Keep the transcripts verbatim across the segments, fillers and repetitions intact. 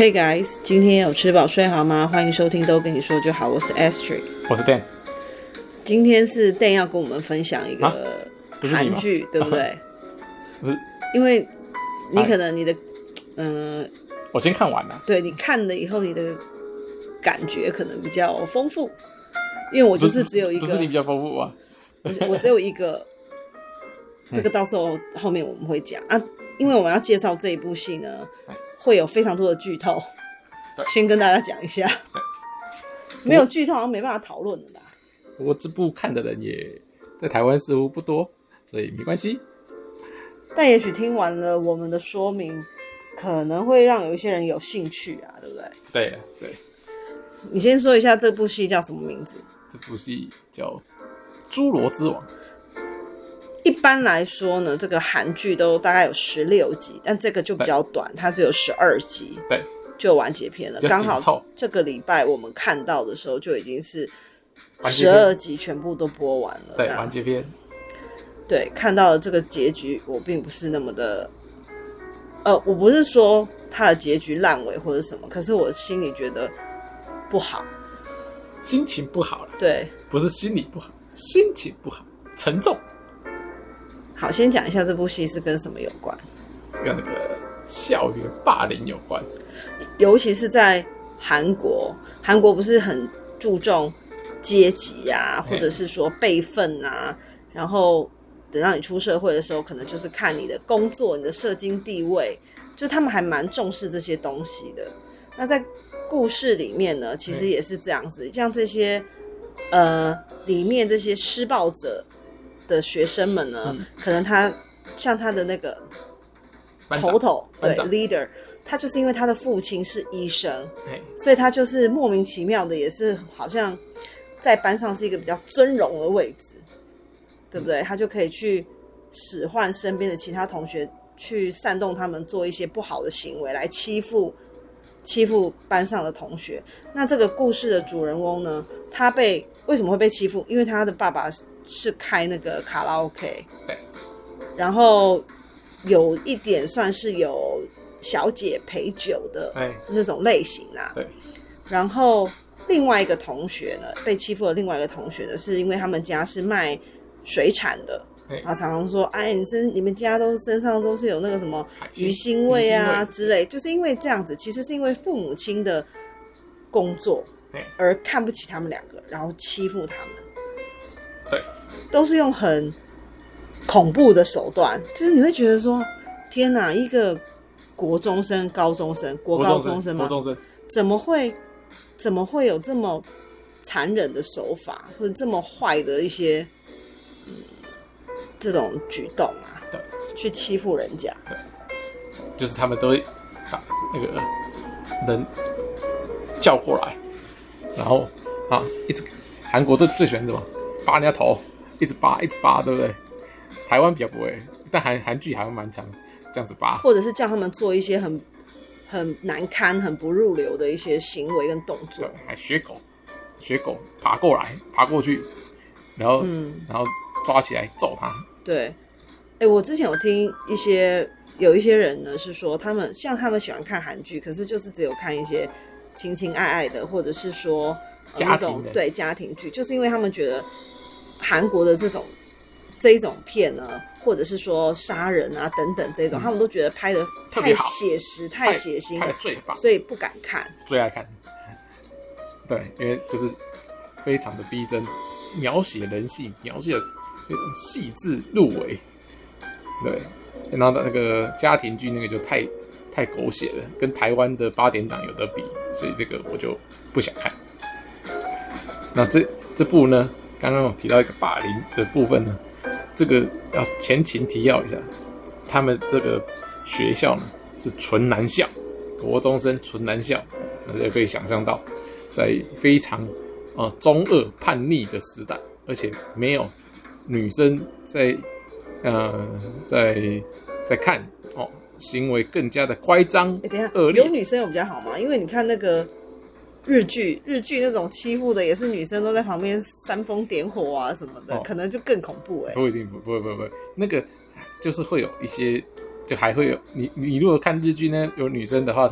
Hey guys， 今天有吃饱睡好吗？欢迎收听都跟你说就好，我是 Astrid， 我是 Dan。 今天是 Dan 要跟我们分享一个韩剧、啊，对不对？ 不是， 因为你可能你的，嗯、呃， 我先看完了。 对，你看了以后，你的感觉可能比较丰富，因为我就是只有一个， 不是你比较丰富啊， 我只有一个，这个到时候后面我们会讲啊，因为我们要介绍这一部戏呢。会有非常多的剧透，先跟大家讲一下。没有剧透好像没办法讨论了啦。 不过这部看的人也在台湾似乎不多，所以没关系。 但也许听完了我们的说明，可能会让有一些人有兴趣啊，对不对？ 对对。 你先说一下这部戏叫什么名字？ 这部戏叫《侏罗之王》。 一般来说呢，这个韩剧都大概有十六集，但这个就比较短，它只有十二集， 对， 就完结篇了。刚好这个礼拜我们看到的时候，就已经是十二集全部都播完了。 对，完结篇。 对，看到了这个结局，我并不是那么的，呃，我不是说它的结局烂尾或者什么，可是我心里觉得不好， 心情不好了。 对， 不是心理不好，心情不好，沉重。 好，先讲一下这部戏是跟什么有关？ 是跟那个校园霸凌有关， 尤其是在韩国，韩国不是很注重阶级啊，或者是说辈分啊，然后等到你出社会的时候，可能就是看你的工作、你的社经地位，就他们还蛮重视这些东西的。那在故事里面呢，其实也是这样子，像这些呃里面这些施暴者的学生们呢、嗯，可能他像他的那个头头对 leader， 他就是因为他的父亲是医生，所以他就是莫名其妙的，也是好像在班上是一个比较尊荣的位置，对不对？他就可以去使唤身边的其他同学，去煽动他们做一些不好的行为，来欺负欺负班上的同学。那这个故事的主人翁呢，他被为什么会被欺负？因为他的爸爸是开那个卡拉 OK， 对， 然后有一点算是有小姐陪酒的那种类型啦。 对， 然后另外一个同学呢，被欺负的另外一个同学呢，是因为他们家是卖水产的，然后常常说，哎，你身你们家都身上都是有那个什么鱼腥味啊之类，就是因为这样子，其实是因为父母亲的工作而看不起他们两个，然后欺负他们。 对，都是用很恐怖的手段，就是你会觉得说，天哪，一个国中生、高中生、国高中生吗？ 国中生怎么会怎么会有这么残忍的手法，或者这么坏的一些、嗯、这种举动啊？ 对，去欺负人家。 对，就是他们都会把那个人叫过来，然后啊，一直韩国都最喜欢什么？扒人家头，一直扒，一直扒，对不对？台湾比较不会，但韩韩剧还蛮常这样子扒， 或者是叫他们做一些很很难堪、很不入流的一些行为跟动作。 对，还学狗，学狗爬过来，爬过去，然后、嗯、然后抓起来揍他。 对，哎，我之前有听一些有一些人呢是说，他们像他们喜欢看韩剧，可是就是只有看一些情情爱爱的，或者是说。 家庭对家庭剧，就是因为他们觉得韩国的这种这一种片呢，或者是说杀人啊等等这种、嗯，他们都觉得拍的太写实、太血腥了， 最棒， 所以不敢看。 最爱看，对，因为就是非常的逼真，描写人性，描写那种细致入微，对，然后那个家庭剧那个就太太狗血了，跟台湾的八点档有得比，所以这个我就不想看。那这这部呢，刚刚我提到一个霸凌的部分呢，这个要前情提要一下，他们这个学校呢是纯男校，国中生纯男校，那就可以想象到，在非常呃中二叛逆的时代，而且没有女生在呃在在看哦，行为更加的乖张恶劣。 有女生有比较好吗？因为你看那个。日剧日剧那种欺负的也是女生都在旁边煽风点火啊什么的、哦、可能就更恐怖哎、欸。 不一定，不不不不，那个就是会有一些，就还会有你你如果看日剧呢，有女生的话，她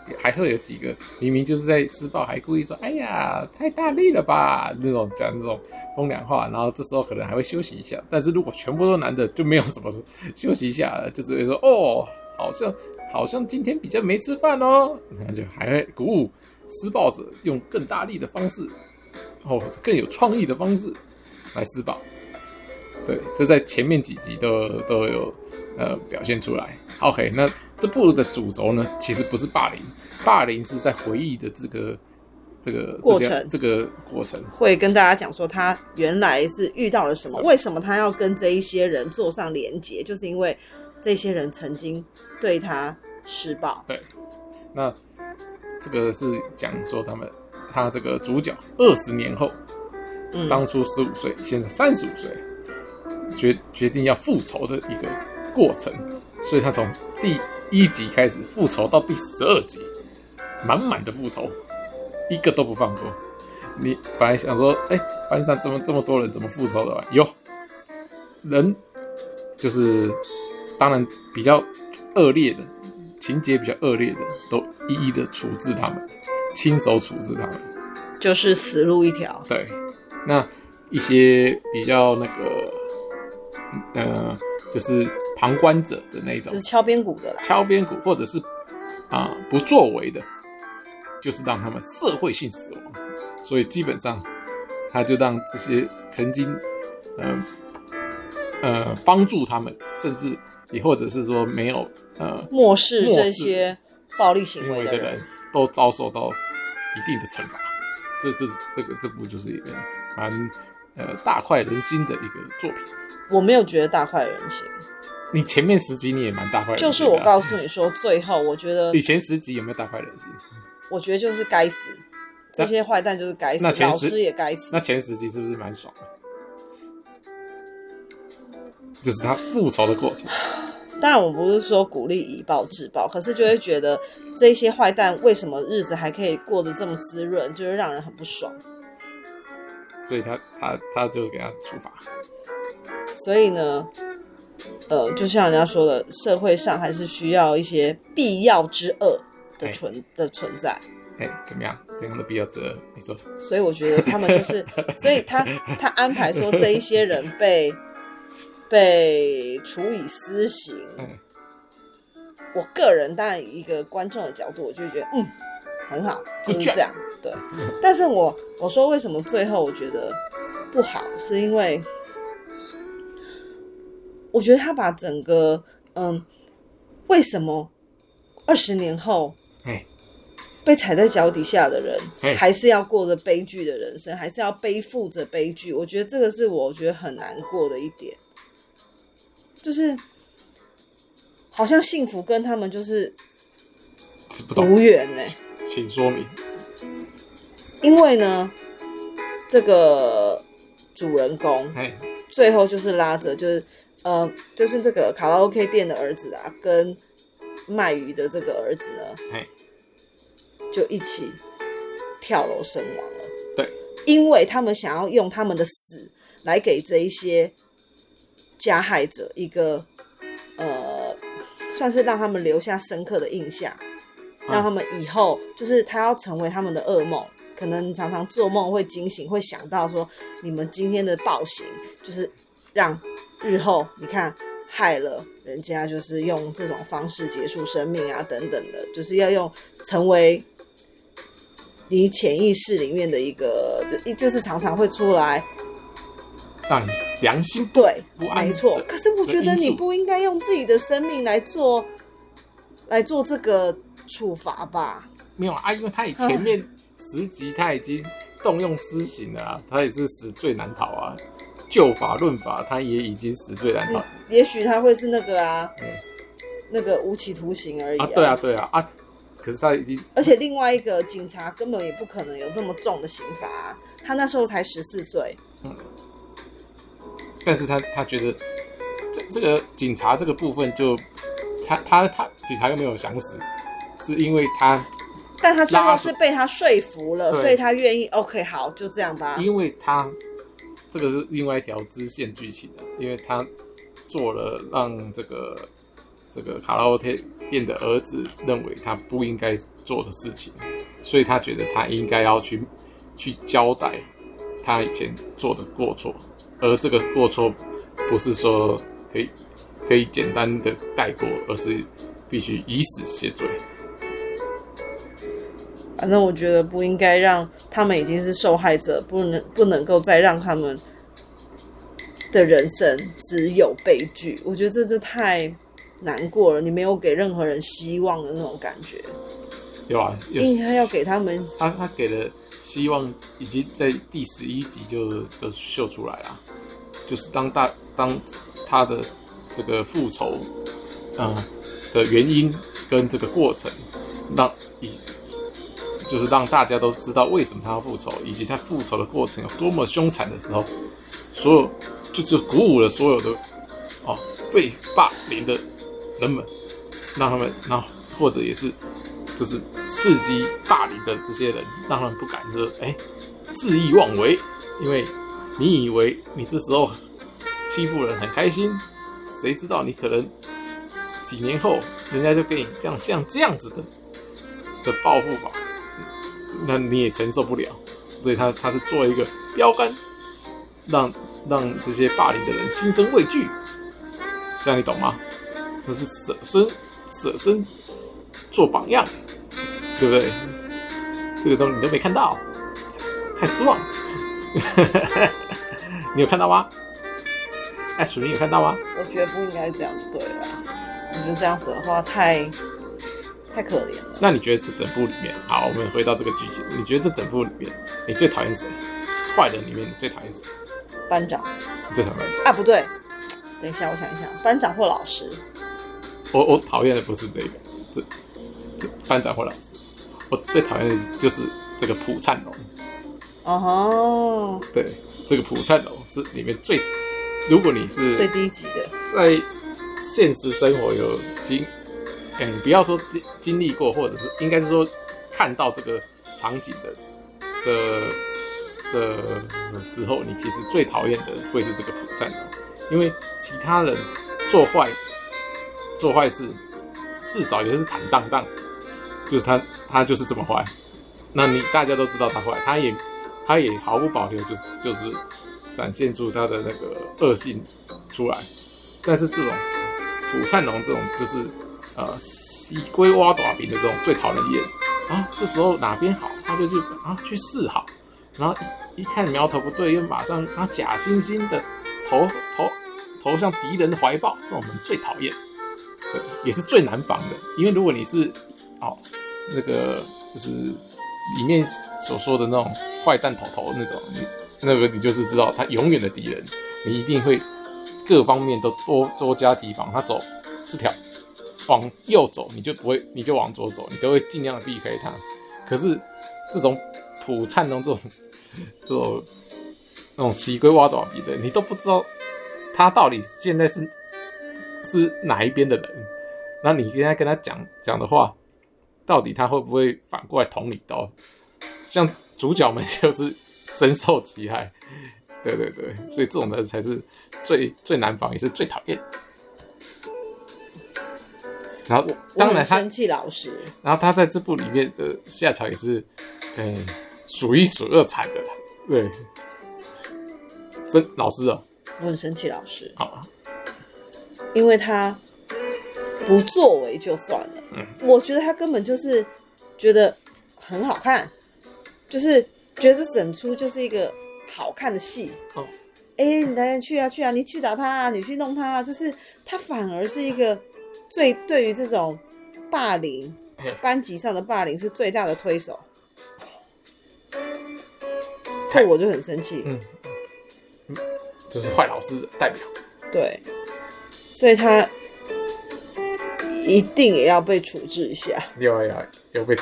还会有几个明明就是在施暴，还故意说哎呀太大力了吧，那种讲那种风凉话，然后这时候可能还会休息一下。但是如果全部都男的，就没有什么休息一下了，就只会说哦好像好像今天比较没吃饭哦，那就还会鼓舞施暴者用更大力的方式，哦更有创意的方式来施暴。对，这在前面几集都都有呃表现出来。OK， 那这部的主轴呢，其实不是霸凌，霸凌是在回忆的这个这个过程， 这个过程会跟大家讲说他原来是遇到了什么，为什么他要跟这一些人做上连结，就是因为这些人曾经对他施暴。 对，那这个是讲说他们他这个主角二十年后，嗯，当初十五岁，现在三十五岁。决决定要复仇的一个过程，所以他从第一集开始复仇到第十二集，满满的复仇，一个都不放过。你本来想说，哎、欸，班上这么这么多人，怎么复仇的？有人就是当然比较恶劣的，情节比较恶劣的，都一一的处置他们，亲手处置他们， 就是死路一条。 对，那一些比较那个。呃，就是旁观者的那种， 就是敲边鼓的啦， 敲边鼓，或者是啊、呃、不作为的，就是让他们社会性死亡。所以基本上，他就让这些曾经呃呃帮助他们，甚至也或者是说没有呃漠视这些暴力行为的人， 人都遭受到一定的惩罚。这这这个这部就是一个蛮呃大快人心的一个作品。 我没有觉得大快人心。 你前面十集你也蛮大快人心的、啊。 就是我告诉你说，最后我觉得你前十集有没有大快人心？ 我觉得就是该死，这些坏蛋就是该死，老师也该死。 那前十集是不是蛮爽的？就是他复仇的过程。 当然，我不是说鼓励以暴制暴，可是就会觉得这些坏蛋为什么日子还可以过得这么滋润，就是让人很不爽。 所以他他他就给他处罚。 所以呢，呃，就像人家说的，社会上还是需要一些必要之恶的存的存在。 哎、欸，怎么样？怎样的必要之恶？你说。 所以我觉得他们就是，所以他他安排说这一些人被被处以私刑。欸、我个人当然以一个观众的角度，我就觉得嗯很好，就是这样。对，但是我我说为什么最后我觉得不好，是因为。我觉得他把整个嗯，为什么二十年后被踩在脚底下的人，还是要过着悲剧的人生，还是要背负着悲剧？我觉得这个是我觉得很难过的一点，就是好像幸福跟他们就是无缘呢、欸。 请说明。 因为呢，这个主人公最后就是拉着就是。呃，就是这个卡拉 OK 店的儿子啊，跟卖鱼的这个儿子呢，就一起跳楼身亡了。 对， 因为他们想要用他们的死来给这一些加害者一个呃，算是让他们留下深刻的印象，嗯、让他们以后就是他要成为他们的噩梦。可能常常做梦会惊醒，会想到说，你们今天的暴行就是让。日后你看害了人家，就是用这种方式结束生命啊，等等的，就是要用成为你潜意识里面的一个，就是常常会出来让你良心对不安。 没错，可是我觉得你不应该用自己的生命来做来做这个处罚吧？ 没有啊，因为他以前面十集他已经动用私刑了啊，他也是死罪难逃啊。就法论法，他也已经死罪难逃。 也许他会是那个啊，嗯、那个无期徒刑而已啊, 啊。对啊，对啊啊！可是他已经， 而且另外一个警察根本也不可能有这么重的刑罚、啊，他那时候才十四岁。嗯。 但是他他觉得这这个警察这个部分就他他他警察又没有想死，是因为他， 但他最后是被他说服了，所以他愿意。OK， 好，就这样吧。 因为他。这个是另外一条支线剧情的，因为他做了让这个这个卡拉 OK 店的儿子认为他不应该做的事情，所以他觉得他应该要去去交代他以前做的过错，而这个过错不是说可以可以简单的带过，而是必须以死谢罪。 反正我觉得不应该让他们已经是受害者，不能不能够再让他们的人生只有悲剧。我觉得这就太难过了，你没有给任何人希望的那种感觉。 有啊，有应该要给他们。 他他给了希望，已经在第十一集就都秀出来了，就是当大当他的这个复仇，嗯的原因跟这个过程，让以就是让大家都知道为什么他要复仇，以及他复仇的过程有多么凶残的时候，所有就是鼓舞了所有的哦被霸凌的人们，让他们，然后或者也是就是刺激霸凌的这些人，让他们不敢说哎恣意妄为，因为你以为你这时候欺负人很开心，谁知道你可能几年后人家就给你这样像这样子的的报复吧，那你也承受不了，所以他他是做一个标杆，让让这些霸凌的人心生畏惧，这样你懂吗？那是舍身舍身做榜样，对不对？这个东西你都没看到，太失望。你有看到吗？哎，鼠你有看到吗？ 我觉得不应该这样，对了。我觉得这样子的话太太可怜了。 那你觉得这整部里面，好，我们回到这个剧情，你觉得这整部里面，你最讨厌谁？坏人里面你最讨厌谁？ 班长。 你最讨厌班长？ 啊，不对，等一下，我想一想，班长或老师。 我我讨厌的不是这个，这这班长或老师，我最讨厌的就是这个朴灿荣。 哦吼， 对，这个朴灿荣是里面最，如果你是最低级的， 在现实生活有经，哎、欸，你不要说经经历过，或者是应该是说看到这个场景的的的时候，你其实最讨厌的会是这个朴灿荣，因为其他人做坏做坏事，至少也是坦荡荡，就是他他就是这么坏，那你大家都知道他坏，他也他也毫不保留，就是就是展现出他的那个恶性出来，但是这种朴灿荣这种就是呃西龟挖大饼的这种最讨人厌啊，这时候哪边好他就去啊去示好，然后 一, 一看苗头不对，又马上啊假惺惺的投投投向敌人的怀抱，这种人最讨厌，对，也是最难防的，因为如果你是哦那个就是里面所说的那种坏蛋头头那种，那个你就是知道他永远的敌人，你一定会各方面都多多加提防，他走这条往右走，你就不会，你就往左走，你都会尽量的避开他。可是这种朴灿荣这种这种那种西龟挖爪鼻的，你都不知道他到底现在是是哪一边的人。那你现在跟他讲讲的话，到底他会不会反过来捅你刀？像主角们就是深受其害，对对对，所以这种人才是最最难防，也是最讨厌。然后当然他生气老师， 然后他在这部里面的下场也是，哎，数一数二惨的啦，对，生老师哦， 我很生气老师， 好， 因为他不作为就算了，嗯，我觉得他根本就是觉得很好看，就是觉得这整出就是一个好看的戏，哦，哎，你来去啊去啊，你去打他啊，你去弄他啊，就是他反而是一个最对于这种霸凌班级上的霸凌是最大的推手，这我就很生气， 嗯，嗯就是坏老师的代表， 对，所以他一定也要被处置一下， 要要要被处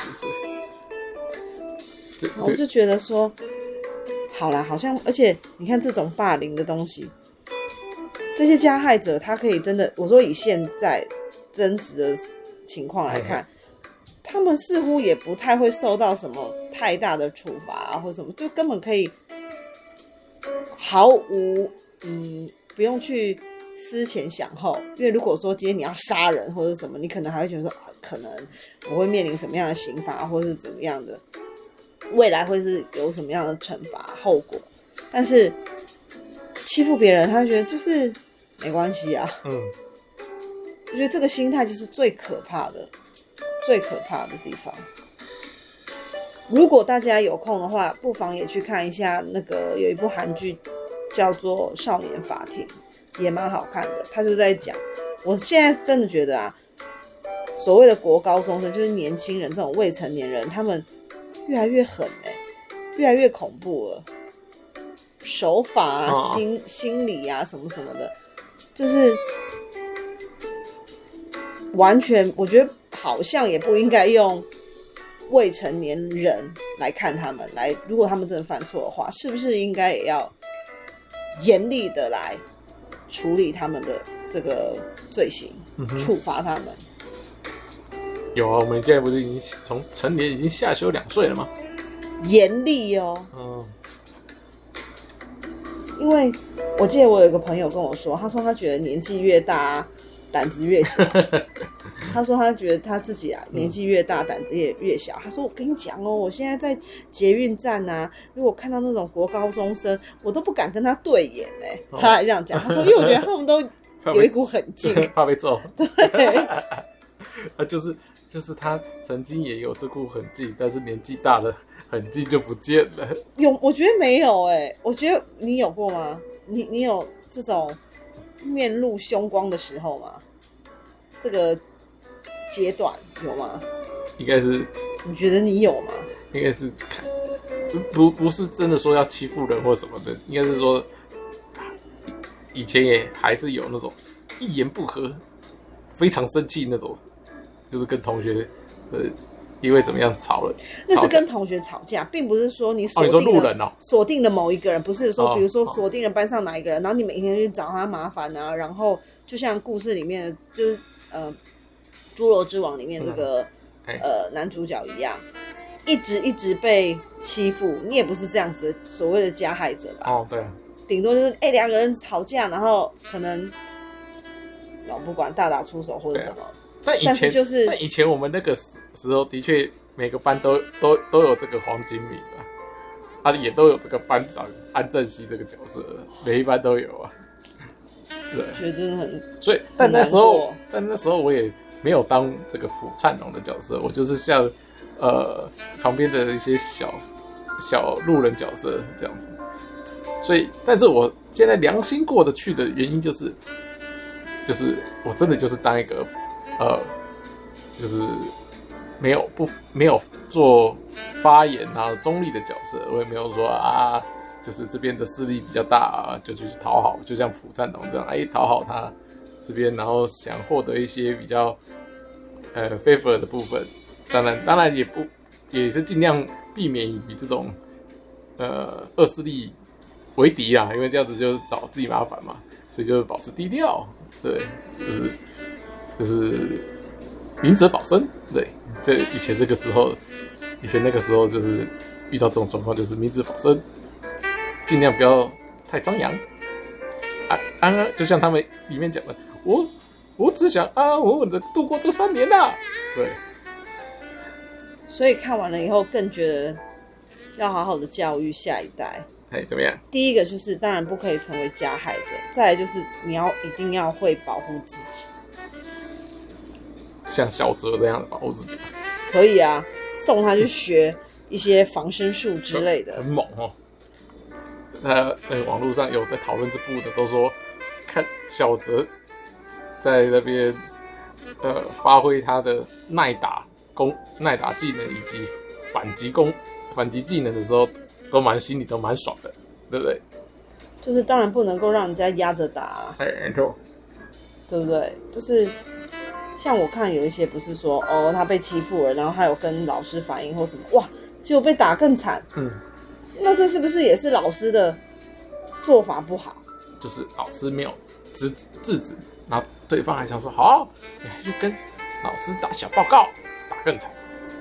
置。 我就觉得说，好啦，好像而且你看这种霸凌的东西，这些加害者他可以真的，我说以现在真实的情况来看，他们似乎也不太会受到什么太大的处罚啊，或什么，就根本可以毫无嗯不用去思前想后，因为如果说今天你要杀人或者什么，你可能还会觉得说，啊、可能我会面临什么样的刑罚，或是怎么样的，未来会是有什么样的惩罚后果。但是欺负别人，他会觉得就是没关系啊。嗯，我觉得这个心态就是最可怕的，最可怕的地方。如果大家有空的话，不妨也去看一下那个有一部韩剧叫做《少年法庭》。也蛮好看的，他就在讲，我现在真的觉得啊，所谓的国高中生就是年轻人这种未成年人，他们越来越狠哎、欸，越来越恐怖了，手法啊、哦、心心理啊什么什么的，就是完全我觉得好像也不应该用未成年人来看他们，来如果他们真的犯错的话，是不是应该也要严厉的来处理他们的这个罪行，处罚他们。 有啊，我们现在不是已经从成年已经下修两岁了吗？ 严厉哦。 嗯。 因为我记得我有一个朋友跟我说，他说他觉得年纪越大，胆子越小。他说他觉得他自己啊，年纪越大，胆子也越小。他说我跟你讲哦，我现在在捷运站啊，如果看到那种国高中生，我都不敢跟他对眼哎、欸哦。他还这样讲，他说因为我觉得他们都有一股狠劲， 怕被揍。 对， 啊，就是就是他曾经也有这股狠劲，但是年纪大了，狠劲就不见了。 有，我觉得没有哎、欸，我觉得你有过吗？你你有这种面露凶光的时候吗？这个阶段有吗？ 应该是。 你觉得你有吗？ 应该是不不是真的说要欺负人或什么的，应该是说以前也还是有那种一言不合非常生气那种，就是跟同学呃因为怎么样吵了。 那是跟同学吵架，并不是说你锁定了、 哦、你说路人哦， 锁定了某一个人，不是说比如说锁定了班上哪一个人，然后你每天去找他麻烦啊，然后就像故事里面的就是呃《侏罗之王》里面这个、嗯欸、呃男主角一样，一直一直被欺负，你也不是这样子的所谓的加害者吧？ 哦，对啊， 顶多就是哎两个人吵架，然后可能我不管大打出手或者什么。 但以前但是就是， 但以前我们那个时候的确每个班都都都有这个黄金名啊，啊也都有这个班长安正熙这个角色，每一班都有啊。对， 觉得真的很， 所以但那时候，但那时候我也没有当这个朴灿荣的角色，我就是像呃旁边的一些小小路人角色这样子。所以，但是我现在良心过得去的原因就是，就是我真的就是当一个。呃，就是没有不没有做发言啊中立的角色，我也没有说啊，就是这边的势力比较大啊，就去讨好，就像朴灿荣这样，哎，讨好他这边，然后想获得一些比较呃 favor 的部分。当然，当然也不也是尽量避免与这种呃恶势力为敌啊，因为这样子就是找自己麻烦嘛，所以就保持低调，对，就是。就是明哲保身，对，这以前这个时候，以前那个时候就是遇到这种状况，就是明哲保身，尽量不要太张扬，啊啊，就像他们里面讲的，我我只想安安稳稳的度过这三年啦，对。 所以看完了以后，更觉得要好好的教育下一代。 哎，怎么样？ 第一个就是，当然不可以成为加害者；再来就是，你要一定要会保护自己。 像小哲这样的保护自己， 可以啊，送他去学一些防身术之类的， 很猛哦。他那个网络上有在讨论这部的，都说看小哲在那边呃发挥他的耐打攻、耐打技能以及反击攻、反击技能的时候，都蛮心里都蛮爽的，对不对？ 就是当然不能够让人家压着打、啊， 哎，没错， 对不对？就是。像我看有一些不是说哦他被欺负了，然后他有跟老师反映或什么，哇，结果被打更惨。嗯，那这是不是也是老师的做法不好？ 就是老师没有制止制止，然后对方还想说好，你还去跟老师打小报告，打更惨。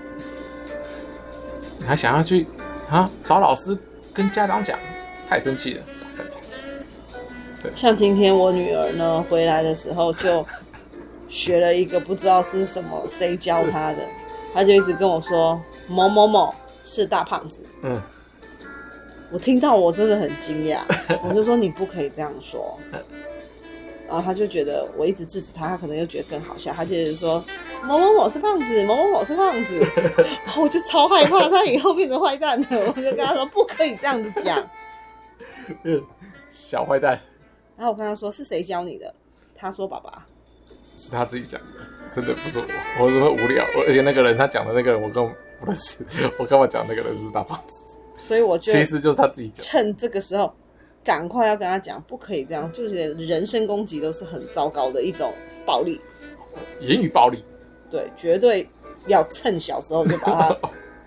你还想要去啊找老师跟家长讲，太生气了，打更惨。 像今天我女儿呢回来的时候就学了一个不知道是什么谁教她的，她就一直跟我说某某某是大胖子。嗯，我听到我真的很惊讶，我就说你不可以这样说。然后他就觉得我一直制止他，他可能又觉得更好笑，他就是说某某某是胖子，某某某是胖子，然后我就超害怕他以后变成坏蛋了，我就跟他说不可以这样子讲。 嗯，小坏蛋。 然后我跟他说是谁教你的？他说爸爸。 是他自己讲的，真的不是我，我怎么无聊？而且那个人他讲的那个人我根本不认识，我干嘛讲那个人是大胖子？ 所以我就其实就是他自己讲， 趁这个时候。赶快要跟他讲，不可以这样，就是人身攻击都是很糟糕的一种暴力， 言语暴力。 对，绝对要趁小时候就把他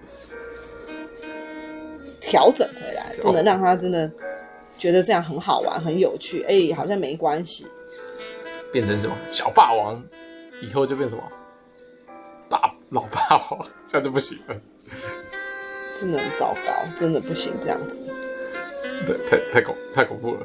调整回来，不能让他真的觉得这样很好玩、很有趣，哎、欸，好像没关系。 变成什么小霸王，以后就变什么大老霸王，这样就不行了。 真的很糟糕，真的不行这样子。 对，太太恐太恐怖了。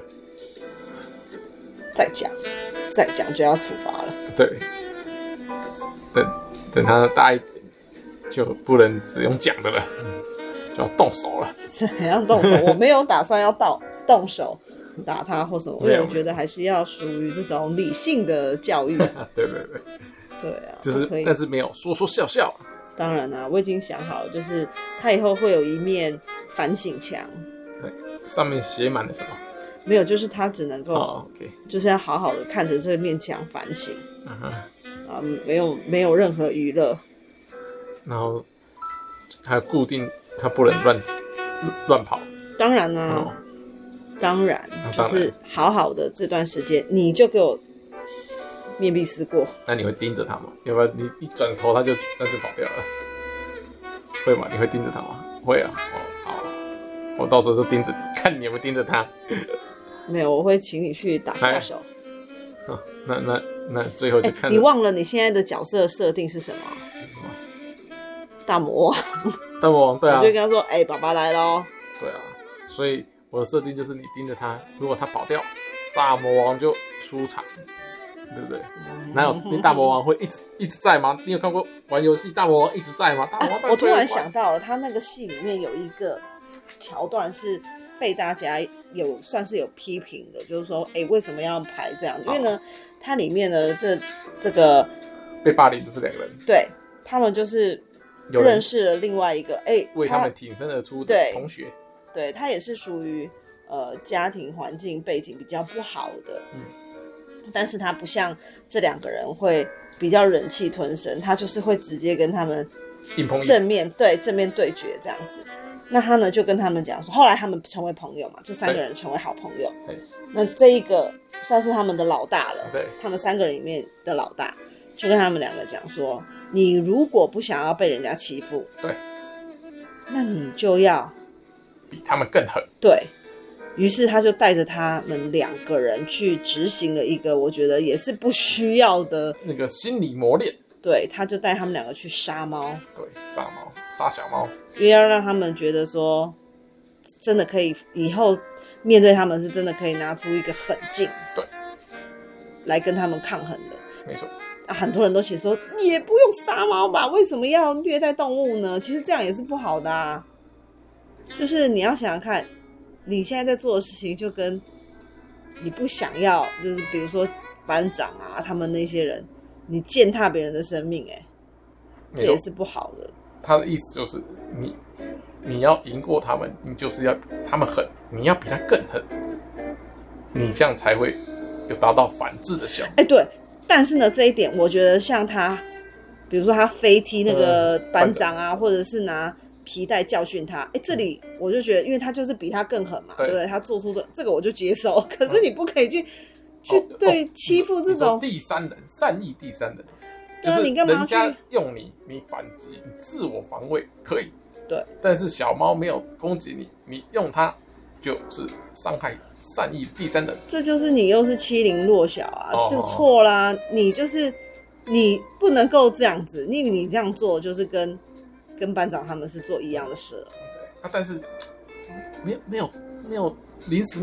再讲，再讲就要处罚了。 对，等等他大一点，就不能只用讲的了，就要动手了。 怎样动手？我没有打算要到动手打他或什么，因为我觉得还是要属于这种理性的教育。 对对对， 对啊， 就是，但是没有说说笑笑。 当然啦、啊，我已经想好了，就是他以后会有一面反省墙。 对。上面写满了什么？ 没有，就是他只能够， oh, okay. 就是要好好的看着这面墙反省， uh-huh. 啊，没有没有任何娱乐， 然后还固定他不能乱乱跑。 当然啦、啊，oh. 当然就是好好的这段时间，你就给我面壁思过。 那你会盯着他吗？要不然你一转头他就那就跑掉了，会吗？你会盯着他吗？会啊。哦我到时候就盯着你，看你有没有盯着他。 没有，我会请你去打下手。 哦、那那那最后就看、欸。 你忘了你现在的角色设定是什么？ 什么？ 大魔王。 大魔王，对啊。 我就跟他说：“哎、欸，爸爸来咯。” 对啊，所以我的设定就是你盯着他，如果他跑掉，大魔王就出场，对不对？哪有大魔王会一直一直在吗？你有看过玩游戏大魔王一直在吗？大魔王、啊、 我突然想到了，他那个戏里面有一个桥段是被大家有算是有批评的，就是说，哎、欸，为什么要排这样？因为呢，它里面的这这个被霸凌的这两个人， 对他们就是认识了另外一个，哎、欸， 为他们挺身而出的同学， 对，他也是属于呃家庭环境背景比较不好的，嗯，但是他不像这两个人会比较忍气吞声，他就是会直接跟他们正面对正面对决这样子。那他呢就跟他们讲说，后来他们成为朋友嘛，这三个人成为好朋友。那这一个算是他们的老大了， 对， 他们三个人里面的老大，就跟他们两个讲说，你如果不想要被人家欺负， 对， 那你就要比他们更狠。 对，于是他就带着他们两个人去执行了一个我觉得也是不需要的那个心理磨练。 对，他就带他们两个去杀猫， 对，杀猫，杀小猫， 因为要让他们觉得说，真的可以以后面对他们是真的可以拿出一个狠劲， 对， 来跟他们抗衡的。 没错。 啊，很多人都写说也不用杀猫吧，为什么要虐待动物呢？其实这样也是不好的啊。就是你要想想看，你现在在做的事情就跟你不想要，就是比如说班长啊，他们那些人。你践踏别人的生命、欸，这也是不好的。 他的意思就是你，你要赢过他们，你就是要他们狠，你要比他更狠，你这样才会有达到反制的效果。 哎、欸，对，但是呢，这一点我觉得像他，比如说他飞踢那个班长啊，嗯、或者是拿皮带教训他，哎、欸，这里我就觉得，因为他就是比他更狠嘛，对不对？他做出这这个我就接受，可是你不可以去。嗯去对欺负这种、哦、 第三人，善意第三人，就是人家用你，你反击，你自我防卫可以， 对。 但是小猫没有攻击你，你用它就是伤害善意第三人， 这就是你又是欺凌弱小啊，哦、就错啦！你就是你不能够这样子，你你这样做就是跟跟班长他们是做一样的事了。 对啊，但是没有没有没有临时没有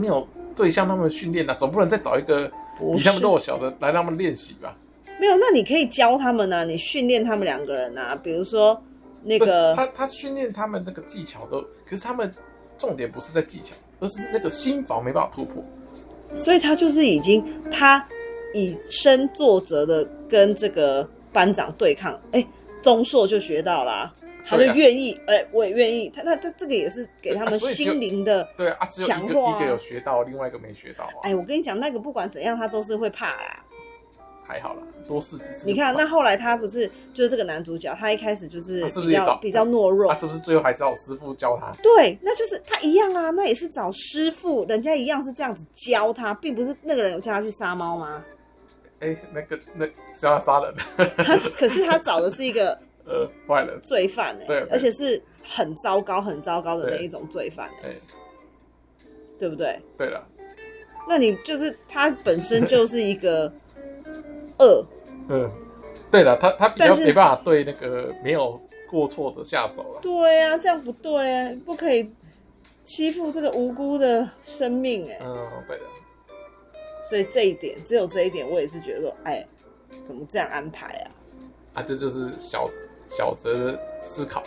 对象他们训练啊，总不能再找一个比他们弱小的来让他们练习吧？ 没有，那你可以教他们啊，你训练他们两个人啊，比如说那个他他训练他们那个技巧都，可是他们重点不是在技巧，而是那个心防没办法突破。 所以他就是已经他以身作则的跟这个班长对抗，哎，中硕就学到啦、啊，他就愿意，哎、啊，我也愿意，他他这这个也是给他们心灵的对啊，只有一个一个有学到，另外一个没学到、啊。 哎，我跟你讲，那个不管怎样，他都是会怕啦。 还好啦，多试几次。 你看，那后来他不是就是这个男主角，他一开始就是比较、 是不是也找比较懦弱， 他是不是最后还找师傅教他？ 对，那就是他一样啊，那也是找师傅，人家一样是这样子教他，并不是那个人有叫他去杀猫吗？ 哎、欸，那个那叫他杀人， 他可是他找的是一个呃坏人罪犯哎、欸， 对， 而且是很糟糕很糟糕的那一种罪犯、欸， 对， 对不对？ 对了， 那你就是他本身就是一个恶， 嗯，对了，他他比较没办法对那个没有过错的下手了。 对啊，这样不对啊，不可以欺负这个无辜的生命哎、欸。 嗯，对的。 所以这一点，只有这一点，我也是觉得说，哎，怎么这样安排啊？ 啊，这就是小小泽的思考，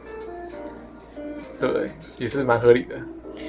对不对？也是蛮合理的。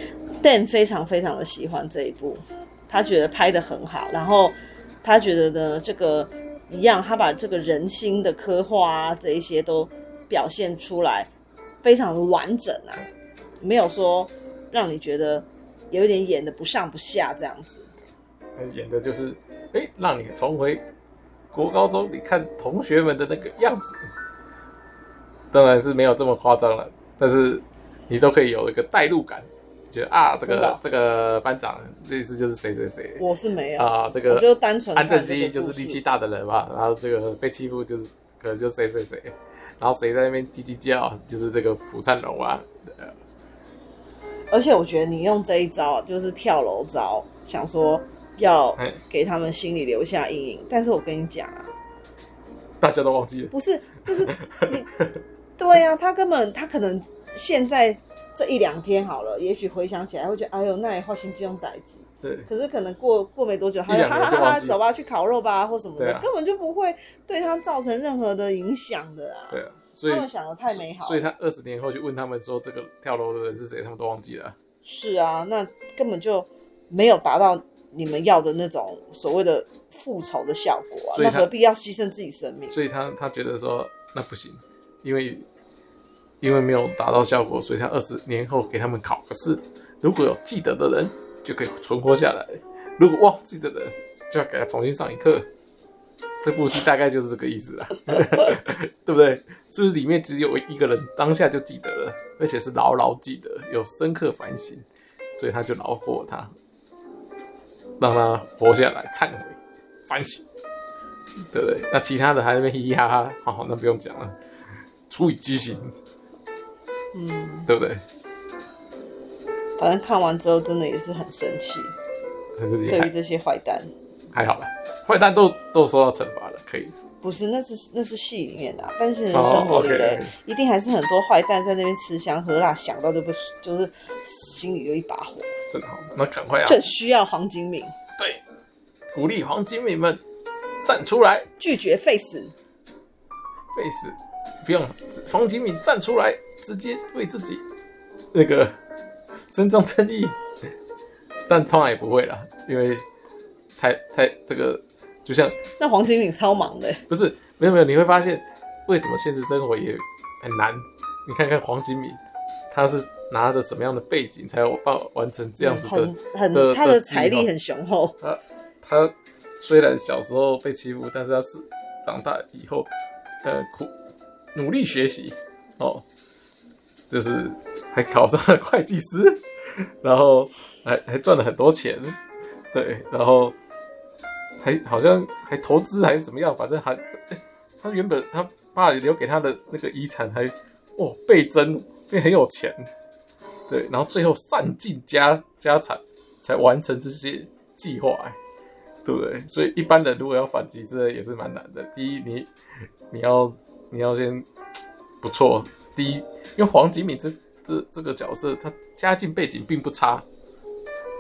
Dan 非常非常的喜欢这一部，他觉得拍得很好，然后他觉得呢，这个一样，他把这个人心的刻画啊，这一些都表现出来，非常的完整啊，没有说让你觉得有一点演的不上不下这样子。 演的就是，哎，让你重回国高中，你看同学们的那个样子，当然是没有这么夸张了，但是你都可以有一个代入感，觉得啊，这个这个班长类似就是谁谁谁， 我是没有啊，这个我就单纯安正熙就是力气大的人嘛，然后这个被欺负就是可能就谁谁谁，然后谁在那边叽叽叫，就是这个朴灿荣啊。 而且我觉得你用这一招就是跳楼招，想说要给他们心里留下阴影，但是我跟你讲啊， 大家都忘记了， 不是，就是你，对啊，他根本他可能现在这一两天好了，也许回想起来会觉得，哎呦，那也发生这种代志。 对。 可是可能过过没多久，他就哈哈哈，走吧，去烤肉吧，或什么的，啊、根本就不会对他造成任何的影响的啊。 对啊。所以他们想的太美好了， 所以他二十年后去问他们说这个跳楼的人是谁，他们都忘记了、啊。 是啊，那根本就没有达到你们要的那种所谓的复仇的效果啊，那何必要牺牲自己生命？ 所以他他觉得说那不行，因为因为没有达到效果，所以他二十年后给他们考个试，如果有记得的人就可以存活下来，如果忘记的人就要给他重新上一课。这部戏大概就是这个意思啊，对不对？是不是里面只有一个人当下就记得了，而且是牢牢记得，有深刻反省，所以他就饶过他，让他活下来，忏悔、反省，对不对？那其他的还在那边嘻嘻哈哈，好好，那不用讲了，处以极刑，嗯，对不对？ 反正看完之后真的也是很生气，对于这些坏蛋， 还好啦。坏蛋都都受到惩罚了，可以。 不是，那是那是戏里面的、啊，但是生活里的、oh, okay. 一定还是很多坏蛋在那边吃香喝辣，想到就不就是心里就一把火。 真好，那赶快啊！ 正需要黄金敏， 对，鼓励黄金敏们站出来， 拒绝废死， 废死，不用黄金敏站出来，直接为自己那个伸张正义，但通常也不会啦，因为太太这个。就像那黄金敏超忙的， 不是没有没有，你会发现为什么现实生活也很难？你看看黄金敏，他是拿着什么样的背景才有办法完成这样子的？ 很很，他的财力很雄厚。 他他虽然小时候被欺负，但是他是长大以后，呃，苦努力学习哦，就是还考上了会计师，然后还还赚了很多钱，对，然后。还好像还投资还是怎么样，反正还、欸、他原本他爸留给他的那个遗产还哦倍增，变很有钱，对，然后最后散尽家家产才完成这些计划，对不对？所以一般人如果要反击，这也是蛮难的。第一，你你要你要先不错，第一，因为黄吉敏这这这个角色他家境背景并不差，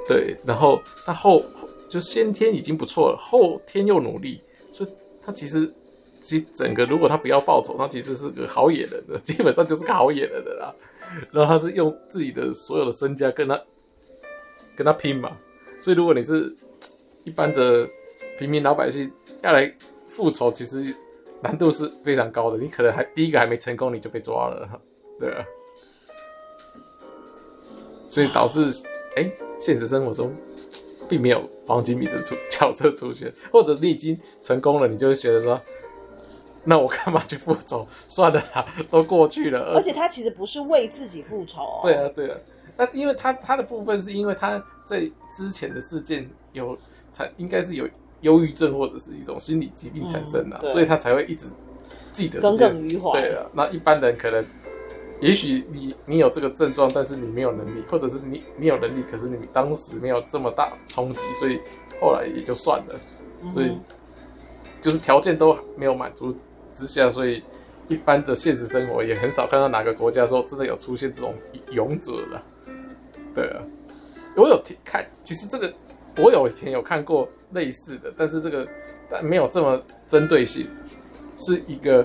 对，然后他后就先天已经不错了，后天又努力，所以他其实其实整个如果他不要报仇，他其实是个好野人的，基本上就是个好野人的啦。然后他是用自己的所有的身家跟他跟他拼嘛，所以如果你是一般的平民老百姓要来复仇，其实难度是非常高的，你可能还第一个还没成功你就被抓了，对啊，所以导致哎、欸，现实生活中并没有黄金米的出角色出现，或者你已经成功了，你就会觉得说，那我干嘛去复仇？算了啦，都过去了。 而且他其实不是为自己复仇、哦。 对啊，对啊。那因为他他的部分是因为他在之前的事件有才应该是有忧郁症或者是一种心理疾病产生的、啊嗯，所以他才会一直记得这件事。 耿耿于怀。 对啊，那一般人可能，也许你你有这个症状，但是你没有能力，或者是你你有能力，可是你当时没有这么大冲击，所以后来也就算了。所以就是条件都没有满足之下，所以一般的现实生活也很少看到哪个国家说真的有出现这种勇者了。对啊，我有看，其实这个我有以前有看过类似的，但是这个但没有这么针对性，是一个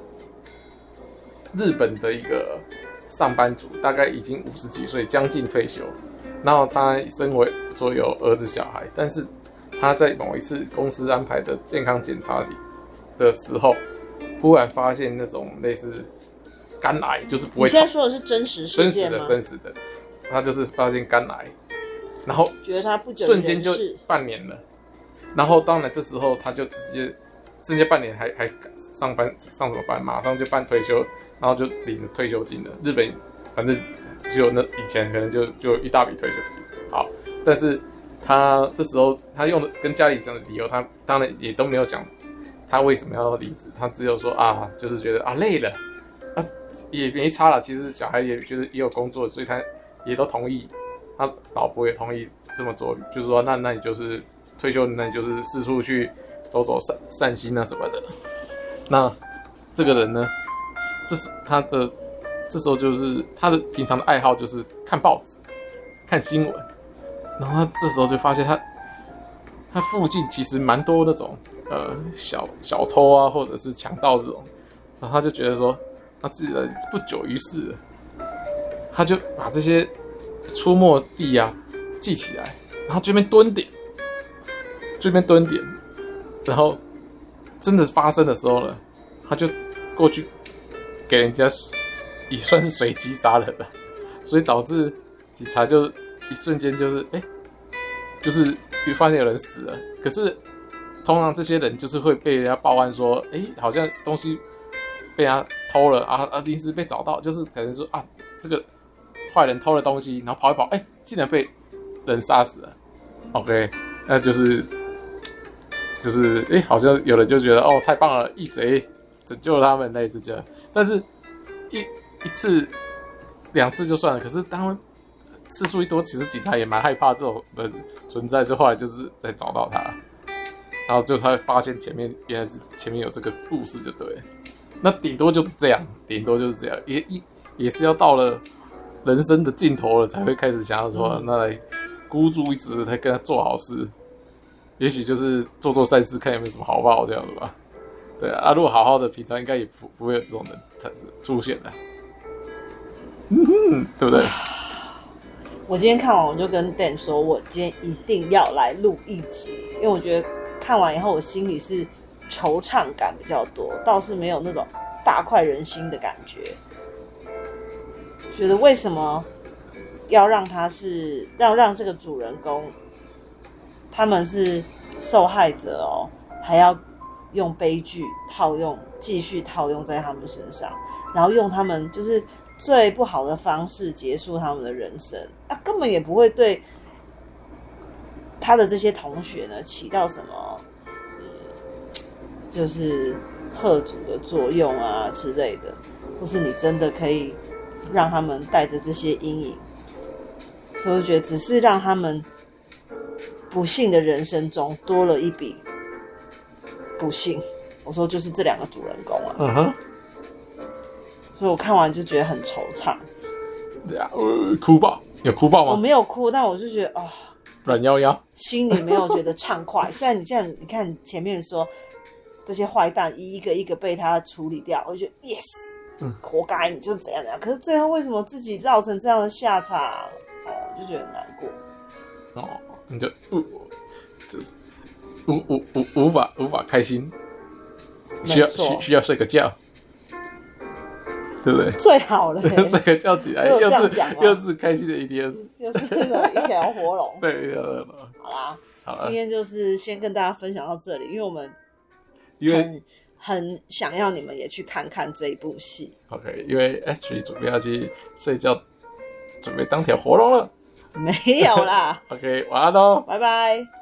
日本的一个上班族，大概已经五十几岁，将近退休，然后他身为说有儿子小孩，但是他在某一次公司安排的健康检查里的时候，忽然发现那种类似肝癌，就是不会。 你现在说的是真实事件吗？ 真实的，真实的。他就是发现肝癌，然后觉得他不久瞬间就半年了，然后当然这时候他就直接直接半年还还上班上什么班，马上就办退休，然后就领退休金了。日本反正就那以前可能就就一大笔退休金。好，但是他这时候他用的跟家里讲的理由，他当然也都没有讲他为什么要离职，他只有说啊，就是觉得啊累了啊，也没差了。其实小孩也觉得也有工作，所以他也都同意，他老婆也同意这么做，就是说那那你就是退休，那你就是四处去走走散散心啊什么的。那这个人呢，这是他的这时候就是他的平常的爱好就是看报纸、看新闻，然后他这时候就发现他他附近其实蛮多那种呃小小偷啊，或者是强盗这种，然后他就觉得说，他自己的不久于世了。他就把这些出没地啊记起来，然后这边蹲点，这边蹲点，然后真的发生的时候呢，他就过去给人家也算是随机杀人了，所以导致警察就一瞬间就是哎、欸，就是发现有人死了，可是通常这些人就是会被人家报案说，哎、欸，好像东西被人家偷了啊啊，临时被找到，就是可能说啊这个。坏人偷了东西，然后跑一跑，哎、欸，竟然被人杀死了。OK， 那就是就是哎、欸，好像有人就觉得哦，太棒了，义贼拯救了他们类似这样。但是一一次、两次就算了，可是当次数一多，其实警察也蛮害怕这种人存在。之后来就是在找到他，然后就他会发现前面原来是前面有这个故事，就对了。那顶多就是这样，顶多就是这样，也也是要到了。人生的尽头了，才会开始想要说，那来孤注一掷，才跟他做好事。也许就是做做善事，看有没有什么好报这样子吧。对啊，啊如果好好的，平常应该也不不会有这种人产生出现的，嗯，对不对？ 我今天看完，我就跟 Dan 说，我今天一定要来录一集，因为我觉得看完以后，我心里是惆怅感比较多，倒是没有那种大快人心的感觉。觉得为什么要让他是让让这个主人公他们是受害者哦，还要用悲剧套用继续套用在他们身上，然后用他们就是最不好的方式结束他们的人生啊，根本也不会对他的这些同学呢起到什么嗯，就是吓阻的作用啊之类的，或是你真的可以让他们带着这些阴影，所以我觉得只是让他们不幸的人生中多了一笔不幸。我说就是这两个主人公啊， 嗯哼， 所以我看完就觉得很惆怅。 对啊，呃，哭爆有哭爆吗？ 我没有哭，但我就觉得啊、哦， 软夭夭， 心里没有觉得畅快。虽然你这样，你看前面说这些坏蛋一个一个被他处理掉，我就觉得 yes，嗯，活该，你就怎样怎样。可是最后为什么自己落成这样的下场？哦，我就觉得很难过。 哦，你就无就是无无无无法无法开心，需要需需要睡个觉。对不对？ 最好了、欸， 睡个觉起来，又是又是开心的一天， 又是那种一条活龙。 对， 好啦， 好啦， 今天就是先跟大家分享到这里，因为我们因为很很想要你们也去看看这一部戏。 OK， 因为 Ashley 准备要去睡觉，准备当条活龙了。 没有啦。 OK， 晚安喽， 拜拜。